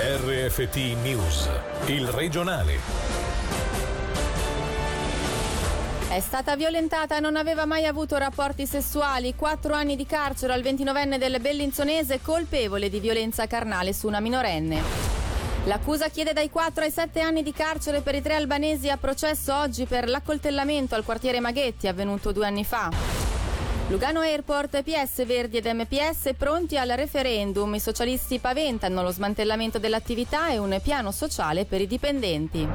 RFT News, il regionale. È stata violentata, non aveva mai avuto rapporti sessuali. 4 anni di carcere al 29enne del Bellinzonese colpevole di violenza carnale su una minorenne. L'accusa chiede dai 4 ai 7 anni di carcere per i 3 albanesi a processo oggi per l'accoltellamento al quartiere Maghetti avvenuto 2 anni fa. Lugano Airport, PS Verdi ed MPS pronti al referendum. I socialisti paventano lo smantellamento dell'attività e un piano sociale per i dipendenti.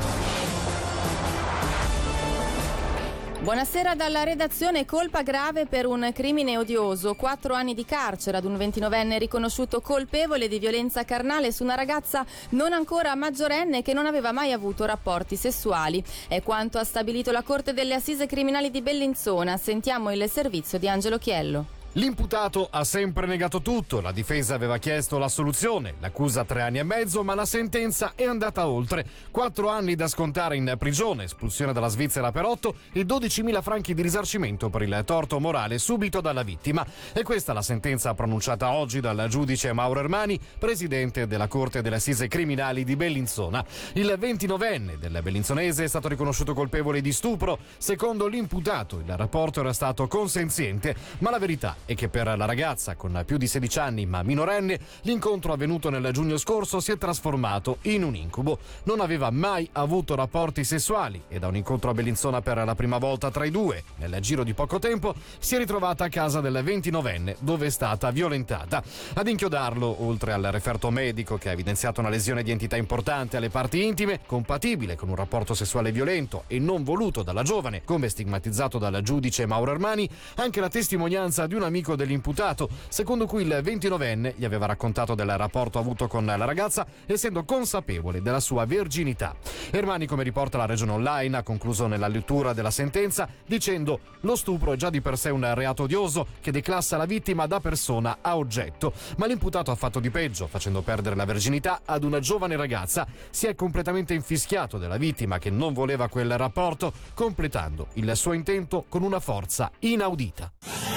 Buonasera dalla redazione. Colpa grave per un crimine odioso. 4 anni di carcere ad un 29enne riconosciuto colpevole di violenza carnale su una ragazza non ancora maggiorenne che non aveva mai avuto rapporti sessuali. È quanto ha stabilito la Corte delle Assise Criminali di Bellinzona. Sentiamo il servizio di Angelo Chiello. L'imputato ha sempre negato tutto, la difesa aveva chiesto l'assoluzione, l'accusa 3 anni e mezzo, ma la sentenza è andata oltre. 4 anni da scontare in prigione, espulsione dalla Svizzera per 8 e 12.000 franchi di risarcimento per il torto morale subito dalla vittima. E questa la sentenza pronunciata oggi dal giudice Mauro Ermani, presidente della Corte delle Assise Criminali di Bellinzona. Il 29enne del bellinzonese è stato riconosciuto colpevole di stupro. Secondo l'imputato il rapporto era stato consenziente, ma la verità è che per la ragazza con più di 16 anni ma minorenne l'incontro avvenuto nel giugno scorso si è trasformato in un incubo. Non aveva mai avuto rapporti sessuali e da un incontro a Bellinzona per la prima volta tra i due, nel giro di poco tempo, si è ritrovata a casa del 29enne dove è stata violentata. Ad inchiodarlo, oltre al referto medico che ha evidenziato una lesione di entità importante alle parti intime, compatibile con un rapporto sessuale violento e non voluto dalla giovane, come stigmatizzato dal giudice Mauro Ermani, anche la testimonianza di un amico dell'imputato, secondo cui il 29enne gli aveva raccontato del rapporto avuto con la ragazza essendo consapevole della sua verginità. Ermani, come riporta la Regione Online, ha concluso nella lettura della sentenza dicendo: lo stupro è già di per sé un reato odioso che declassa la vittima da persona a oggetto, ma l'imputato ha fatto di peggio, facendo perdere la verginità ad una giovane ragazza. Si è completamente infischiato della vittima che non voleva quel rapporto, completando il suo intento con una forza inaudita.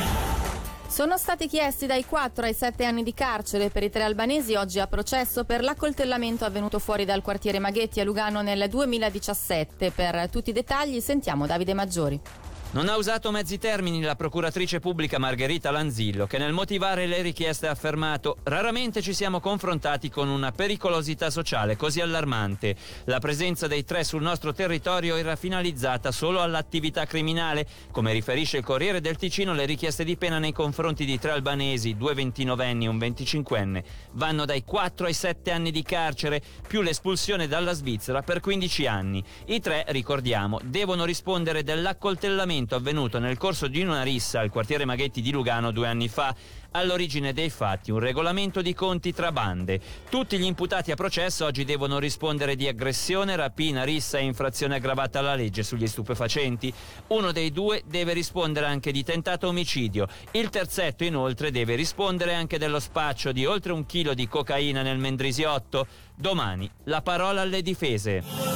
Sono stati chiesti dai 4 ai 7 anni di carcere per i 3 albanesi oggi a processo per l'accoltellamento avvenuto fuori dal quartiere Maghetti a Lugano nel 2017. Per tutti i dettagli sentiamo Davide Maggiori. Non ha usato mezzi termini la procuratrice pubblica Margherita Lanzillo, che nel motivare le richieste ha affermato: raramente ci siamo confrontati con una pericolosità sociale così allarmante. La presenza dei 3 sul nostro territorio era finalizzata solo all'attività criminale. Come riferisce il Corriere del Ticino, le richieste di pena nei confronti di 3 albanesi, 2 29enni e un 25enne, vanno dai 4 ai 7 anni di carcere, più l'espulsione dalla Svizzera per 15 anni. I 3, ricordiamo, devono rispondere dell'accoltellamento avvenuto nel corso di una rissa al quartiere Maghetti di Lugano 2 anni fa. All'origine dei fatti un regolamento di conti tra bande. Tutti gli imputati a processo oggi devono rispondere di aggressione, rapina, rissa e infrazione aggravata alla legge sugli stupefacenti. Uno dei 2 deve rispondere anche di tentato omicidio. Il terzetto inoltre deve rispondere anche dello spaccio di oltre 1 chilo di cocaina nel Mendrisiotto. Domani la parola alle difese.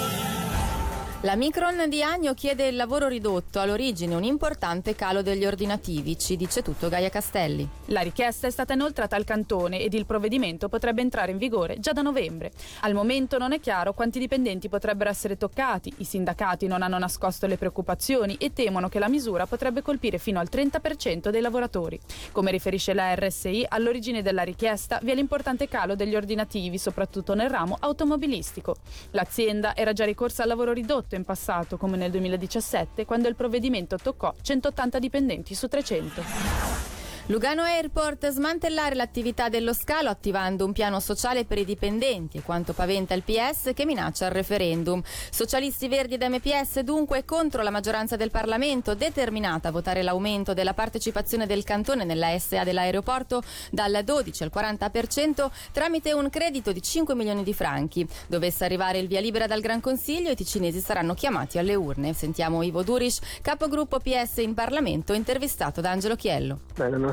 La Micron di Agno chiede il lavoro ridotto, all'origine un importante calo degli ordinativi, ci dice tutto Gaia Castelli. La richiesta è stata inoltrata al Cantone ed il provvedimento potrebbe entrare in vigore già da novembre. Al momento non è chiaro quanti dipendenti potrebbero essere toccati, i sindacati non hanno nascosto le preoccupazioni e temono che la misura potrebbe colpire fino al 30% dei lavoratori. Come riferisce la RSI, all'origine della richiesta vi è l'importante calo degli ordinativi, soprattutto nel ramo automobilistico. L'azienda era già ricorsa al lavoro ridotto in passato, come nel 2017, quando il provvedimento toccò 180 dipendenti su 300. Lugano Airport, smantellare l'attività dello scalo attivando un piano sociale per i dipendenti, è quanto paventa il PS che minaccia il referendum. Socialisti Verdi ed MPS dunque contro la maggioranza del Parlamento, determinata a votare l'aumento della partecipazione del cantone nella SA dell'aeroporto dal 12 al 40% tramite un credito di 5 milioni di franchi. Dovesse arrivare il via libera dal Gran Consiglio, i ticinesi saranno chiamati alle urne. Sentiamo Ivo Duriš, capogruppo PS in Parlamento, intervistato da Angelo Chiello. La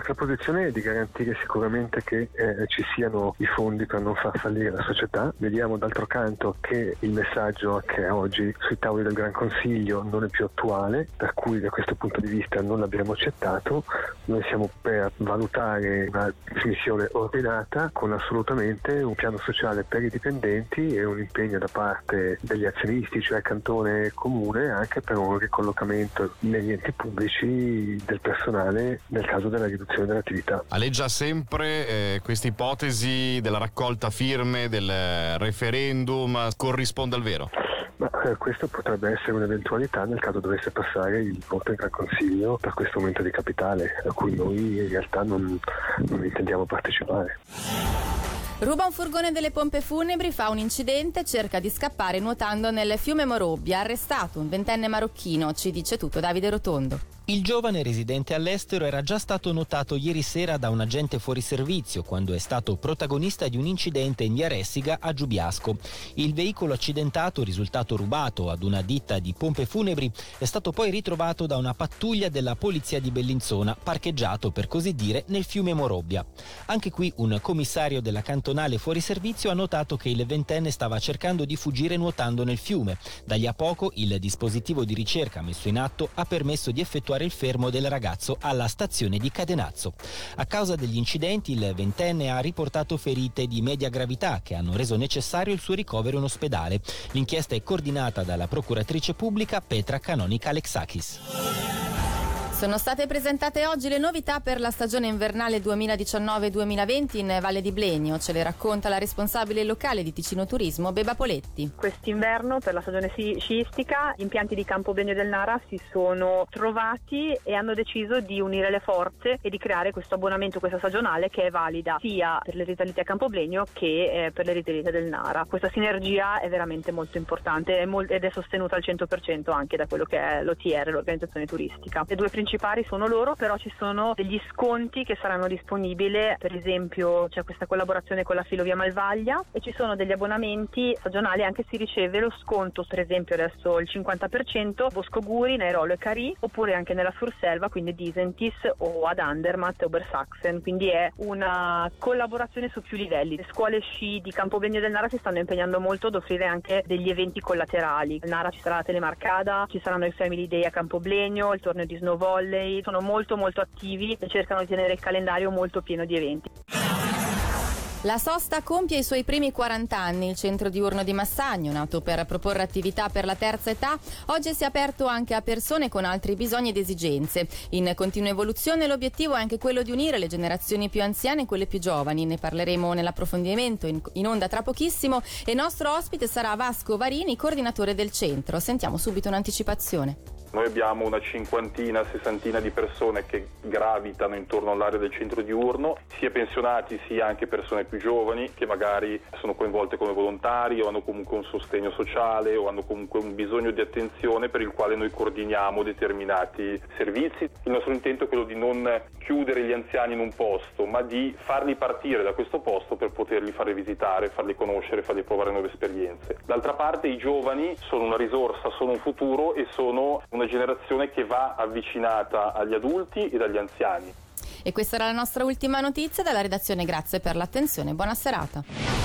nostra posizione è di garantire sicuramente che ci siano i fondi per non far fallire la società. Vediamo d'altro canto che il messaggio che è oggi sui tavoli del Gran Consiglio non è più attuale, per cui da questo punto di vista non l'abbiamo accettato. Noi siamo per valutare una dismissione ordinata con assolutamente un piano sociale per i dipendenti e un impegno da parte degli azionisti, cioè cantone e comune, anche per un ricollocamento negli enti pubblici del personale nel caso della riduzione dell'attività. Aleggia sempre questa ipotesi della raccolta firme, del referendum, corrisponde al vero? Ma questo potrebbe essere un'eventualità nel caso dovesse passare il voto in Gran Consiglio per questo aumento di capitale, a cui noi in realtà non intendiamo partecipare. Ruba un furgone delle pompe funebri, fa un incidente, cerca di scappare nuotando nel fiume Morobbia. Arrestato un 20enne marocchino, ci dice tutto Davide Rotondo. Il giovane residente all'estero era già stato notato ieri sera da un agente fuori servizio quando è stato protagonista di un incidente in via Ressiga a Giubiasco. Il veicolo accidentato, risultato rubato ad una ditta di pompe funebri, è stato poi ritrovato da una pattuglia della polizia di Bellinzona, parcheggiato per così dire nel fiume Morobbia. Anche qui un commissario della cantonale fuori servizio ha notato che il ventenne stava cercando di fuggire nuotando nel fiume. Da lì a poco il dispositivo di ricerca messo in atto ha permesso di effettuare il fermo del ragazzo alla stazione di Cadenazzo. A causa degli incidenti il ventenne ha riportato ferite di media gravità che hanno reso necessario il suo ricovero in ospedale. L'inchiesta è coordinata dalla procuratrice pubblica Petra Canonica Alexakis. Sono state presentate oggi le novità per la stagione invernale 2019-2020 in Valle di Blenio. Ce le racconta la responsabile locale di Ticino Turismo, Beba Poletti. Quest'inverno per la stagione sciistica gli impianti di Campo Blenio del Nara si sono trovati e hanno deciso di unire le forze e di creare questo abbonamento, questa stagionale, che è valida sia per le risalite a Campo Blenio che per le risalite del Nara. Questa sinergia è veramente molto importante ed è sostenuta al 100% anche da quello che è l'OTR, l'organizzazione turistica. Le due principali sono loro, però ci sono degli sconti che saranno disponibili. Per esempio c'è questa collaborazione con la Filovia Malvaglia e ci sono degli abbonamenti stagionali, anche si riceve lo sconto, per esempio adesso il 50% Bosco Guri, Nairolo e Carì, oppure anche nella Surselva, quindi Disentis o ad Andermatt e Obersachsen, quindi è una collaborazione su più livelli. Le scuole sci di Campo Blenio del Nara si stanno impegnando molto ad offrire anche degli eventi collaterali. Al Nara ci sarà la Telemarcada, ci saranno i Family Day a Campo Blenio, il torneo di snow volley, sono molto attivi e cercano di tenere il calendario molto pieno di eventi. La Sosta compie i suoi primi 40 anni. Il centro diurno di Massagno, nato per proporre attività per la terza età, oggi si è aperto anche a persone con altri bisogni ed esigenze. In continua evoluzione, l'obiettivo è anche quello di unire le generazioni più anziane e quelle più giovani. Ne parleremo nell'approfondimento in onda tra pochissimo e il nostro ospite sarà Vasco Varini, coordinatore del centro. Sentiamo subito un'anticipazione. Noi abbiamo una 50, 60 di persone che gravitano intorno all'area del centro diurno, sia pensionati sia anche persone più giovani che magari sono coinvolte come volontari o hanno comunque un sostegno sociale o hanno comunque un bisogno di attenzione per il quale noi coordiniamo determinati servizi. Il nostro intento è quello di non chiudere gli anziani in un posto, ma di farli partire da questo posto per poterli fare visitare, farli conoscere, farli provare nuove esperienze. D'altra parte i giovani sono una risorsa, sono un futuro e sono una generazione che va avvicinata agli adulti ed agli anziani. E questa era la nostra ultima notizia dalla redazione. Grazie per l'attenzione, buona serata.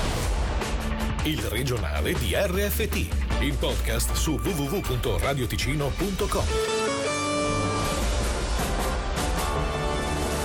Il regionale di RFT, il podcast su www.radioticino.com.